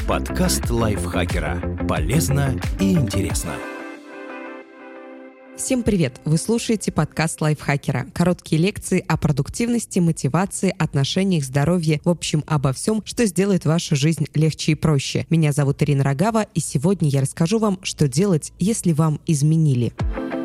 Подкаст лайфхакера. Полезно и интересно. Всем привет! Вы слушаете подкаст лайфхакера. Короткие лекции о продуктивности, мотивации, отношениях, здоровье, в общем, обо всем, что сделает вашу жизнь легче и проще. Меня зовут Ирина Рогава, и сегодня я расскажу вам, что делать, если вам изменили.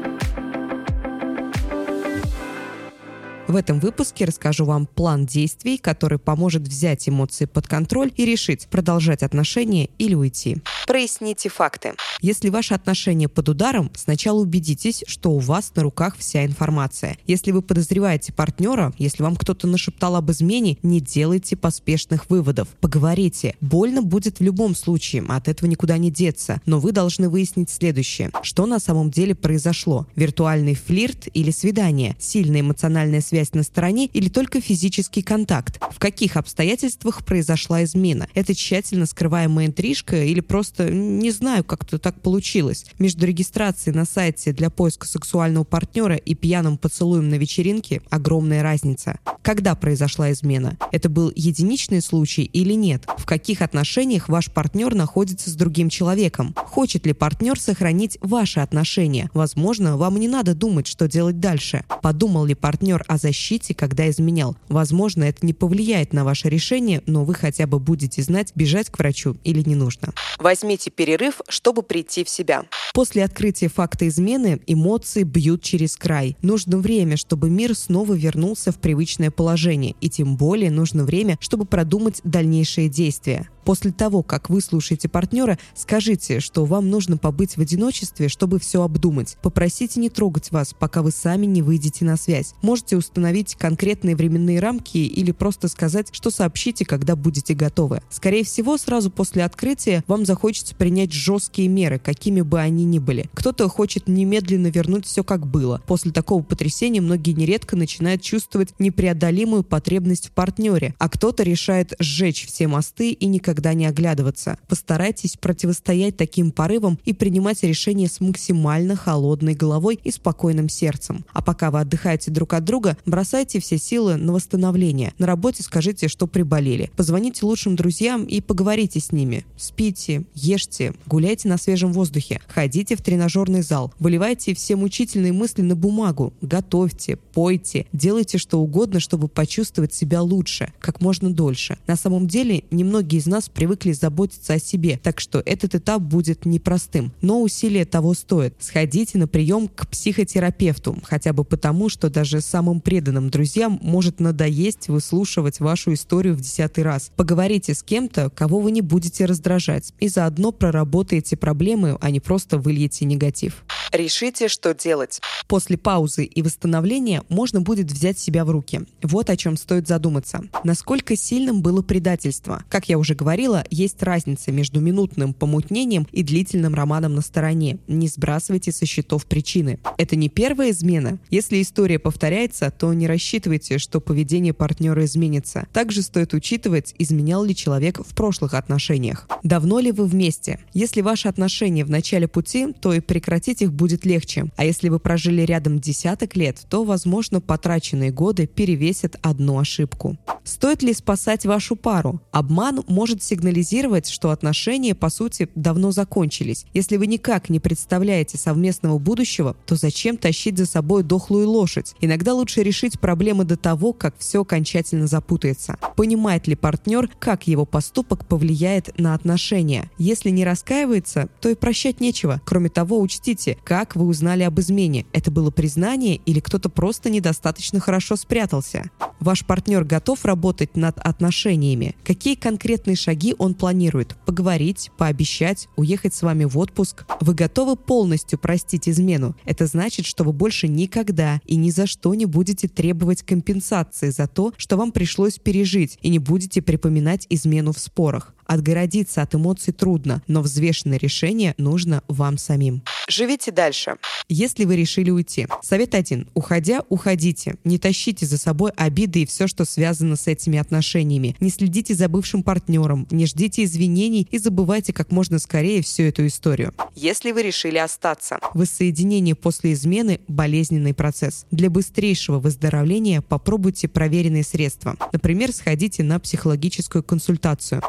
В этом выпуске расскажу вам план действий, который поможет взять эмоции под контроль и решить, продолжать отношения или уйти. Проясните факты. Если ваши отношения под ударом, сначала убедитесь, что у вас на руках вся информация. Если вы подозреваете партнера, если вам кто-то нашептал об измене, не делайте поспешных выводов. Поговорите. Больно будет в любом случае, от этого никуда не деться. Но вы должны выяснить следующее. Что на самом деле произошло? Виртуальный флирт или свидание? Сильная эмоциональная связь на стороне или только физический контакт? В каких обстоятельствах произошла измена? Это тщательно скрываемая интрижка или просто не знаю, как-то так получилось? Между регистрацией на сайте для поиска сексуального партнера и пьяным поцелуем на вечеринке огромная разница. Когда произошла измена? Это был единичный случай или нет? В каких отношениях ваш партнер находится с другим человеком? Хочет ли партнер сохранить ваши отношения? Возможно, вам не надо думать, что делать дальше. Подумал ли партнер о защите, когда изменял? Возможно, это не повлияет на ваше решение, но вы хотя бы будете знать, бежать к врачу или не нужно. Возьмите перерыв, чтобы прийти в себя. После открытия факта измены эмоции бьют через край. Нужно время, чтобы мир снова вернулся в привычное положение, и тем более нужно время, чтобы продумать дальнейшие действия. После того, как вы слушаете партнера, скажите, что вам нужно побыть в одиночестве, чтобы все обдумать. Попросите не трогать вас, пока вы сами не выйдете на связь. Можете установить конкретные временные рамки или просто сказать, что сообщите, когда будете готовы. Скорее всего, сразу после открытия вам захочется принять жесткие меры, какими бы они ни были. Кто-то хочет немедленно вернуть все как было. После такого потрясения многие нередко начинают чувствовать непреодолимую потребность в партнере, а кто-то решает сжечь все мосты и никогда не оглядываться. Постарайтесь противостоять таким порывам и принимать решения с максимально холодной головой и спокойным сердцем. А пока вы отдыхаете друг от друга, бросайте все силы на восстановление. На работе скажите, что приболели. Позвоните лучшим друзьям и поговорите с ними. Спите, ешьте, гуляйте на свежем воздухе, ходите в тренажерный зал, выливайте все мучительные мысли на бумагу, готовьте, пойте, делайте что угодно, чтобы почувствовать себя лучше, как можно дольше. На самом деле, немногие из нас привыкли заботиться о себе, так что этот этап будет непростым, но усилия того стоят. Сходите на прием к психотерапевту, хотя бы потому, что даже самым преданным друзьям может надоесть выслушивать вашу историю в 10-й раз. Поговорите с кем-то, кого вы не будете раздражать, и заодно проработаете проблемы, а не просто выльете негатив. Решите, что делать. После паузы и восстановления можно будет взять себя в руки. Вот о чем стоит задуматься. Насколько сильным было предательство? Как я уже говорила, есть разница между минутным помутнением и длительным романом на стороне. Не сбрасывайте со счетов причины. Это не первая измена. Если история повторяется, то не рассчитывайте, что поведение партнера изменится. Также стоит учитывать, изменял ли человек в прошлых отношениях. Давно ли вы вместе? Если ваши отношения в начале пути, то и прекратить их будет легче. А если вы прожили рядом десяток лет, то, возможно, потраченные годы перевесят одну ошибку. Стоит ли спасать вашу пару? Обман может сигнализировать, что отношения, по сути, давно закончились. Если вы никак не представляете совместного будущего, то зачем тащить за собой дохлую лошадь? Иногда лучше решить проблемы до того, как все окончательно запутается. Понимает ли партнер, как его поступок повлияет на отношения? Если не раскаивается, то и прощать нечего. Кроме того, учтите, как вы узнали об измене. Это было признание или кто-то просто недостаточно хорошо спрятался? Ваш партнер готов работать над отношениями? Какие конкретные шаги он планирует? Поговорить, пообещать, уехать с вами в отпуск? Вы готовы полностью простить измену? Это значит, что вы больше никогда и ни за что не будете требовать компенсации за то, что вам пришлось пережить, и не будете припоминать измену в спорах. Отгородиться от эмоций трудно, но взвешенное решение нужно вам самим. Живите дальше. Если вы решили уйти. Совет 1. Уходя, уходите. Не тащите за собой обиды и все, что связано с этими отношениями. Не следите за бывшим партнером, не ждите извинений и забывайте как можно скорее всю эту историю. Если вы решили остаться. Воссоединение после измены – болезненный процесс. Для быстрейшего выздоровления попробуйте проверенные средства. Например, сходите на психологическую консультацию. Совместно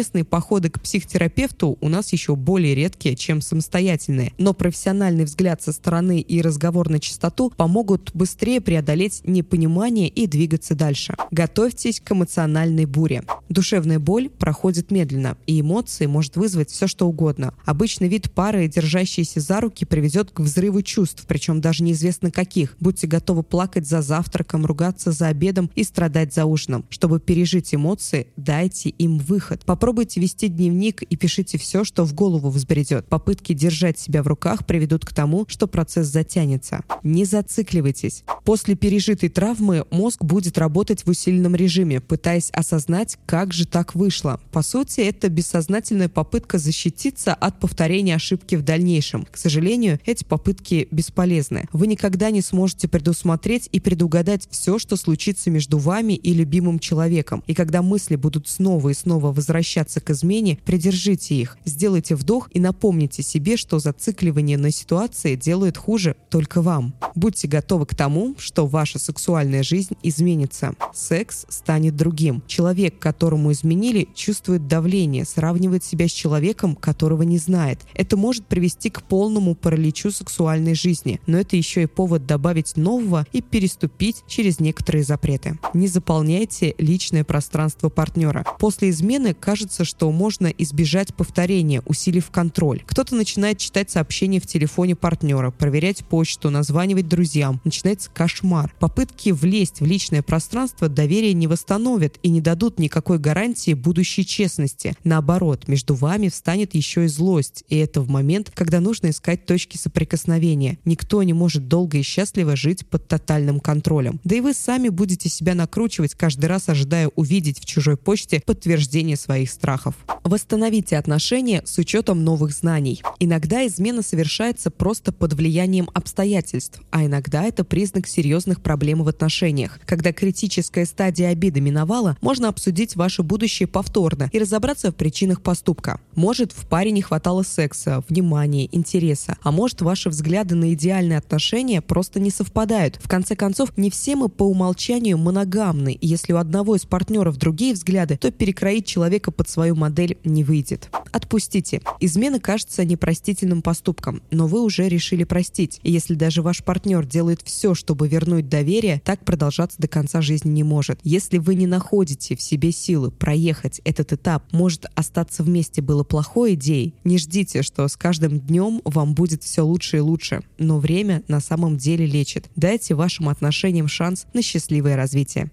совместные походы к психотерапевту у нас еще более редкие, чем самостоятельные. Но профессиональный взгляд со стороны и разговор на чистоту помогут быстрее преодолеть непонимание и двигаться дальше. Готовьтесь к эмоциональной буре. Душевная боль проходит медленно, и эмоции может вызвать все, что угодно. Обычный вид пары, держащейся за руки, приведет к взрыву чувств, причем даже неизвестно каких. Будьте готовы плакать за завтраком, ругаться за обедом и страдать за ужином. Чтобы пережить эмоции, дайте им выход. Попробуйте вести дневник и пишите все, что в голову взбредет. Попытки держать себя в руках приведут к тому, что процесс затянется. Не зацикливайтесь. После пережитой травмы мозг будет работать в усиленном режиме, пытаясь осознать, как же так вышло. По сути, это бессознательная попытка защититься от повторения ошибки в дальнейшем. К сожалению, эти попытки бесполезны. Вы никогда не сможете предусмотреть и предугадать все, что случится между вами и любимым человеком. И когда мысли будут снова и снова возвращаться к измене, придержите их, сделайте вдох и напомните себе, что зацикливание на ситуации делает хуже только вам. Будьте готовы к тому, что ваша сексуальная жизнь изменится. Секс станет другим. Человек, которому изменили, чувствует давление, сравнивает себя с человеком, которого не знает. Это может привести к полному параличу сексуальной жизни, но это еще и повод добавить нового и переступить через некоторые запреты. Не заполняйте личное пространство партнера. После измены кажется, что можно избежать повторения, усилив контроль. Кто-то начинает читать сообщения в телефоне партнера, проверять почту, названивать друзьям. Начинается кошмар. Попытки влезть в личное пространство доверия не восстановят и не дадут никакой гарантии будущей честности. Наоборот, между вами встанет еще и злость, и это в момент, когда нужно искать точки соприкосновения. Никто не может долго и счастливо жить под тотальным контролем. Да и вы сами будете себя накручивать, каждый раз ожидая увидеть в чужой почте подтверждение своих страхов. Восстановите отношения с учетом новых знаний. Иногда измена совершается просто под влиянием обстоятельств, а иногда это признак серьезных проблем в отношениях. Когда критическая стадия обиды миновала, можно обсудить ваше будущее повторно и разобраться в причинах поступка. Может, в паре не хватало секса, внимания, интереса, а может, ваши взгляды на идеальные отношения просто не совпадают. В конце концов, не все мы по умолчанию моногамны, и если у одного из партнеров другие взгляды, то перекроить человека под свою модель не выйдет. Отпустите. Измена кажется непростительным поступком, но вы уже решили простить. И если даже ваш партнер делает все, чтобы вернуть доверие, так продолжаться до конца жизни не может. Если вы не находите в себе силы проехать этот этап, может, остаться вместе было плохой идеей, не ждите, что с каждым днем вам будет все лучше и лучше. Но время на самом деле лечит. Дайте вашим отношениям шанс на счастливое развитие.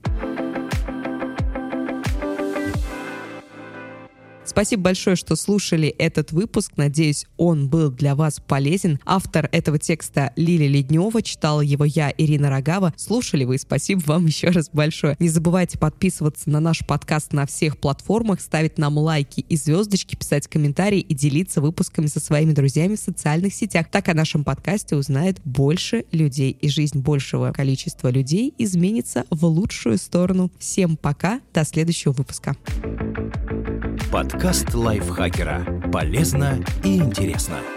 Спасибо большое, что слушали этот выпуск. Надеюсь, он был для вас полезен. Автор этого текста Лилия Леднева, читала его я, Ирина Рогава. Слушали вы, спасибо вам еще раз большое. Не забывайте подписываться на наш подкаст на всех платформах, ставить нам лайки и звездочки, писать комментарии и делиться выпусками со своими друзьями в социальных сетях. Так о нашем подкасте узнает больше людей, и жизнь большего количества людей изменится в лучшую сторону. Всем пока, до следующего выпуска. Подкаст лайфхакера. Полезно и интересно.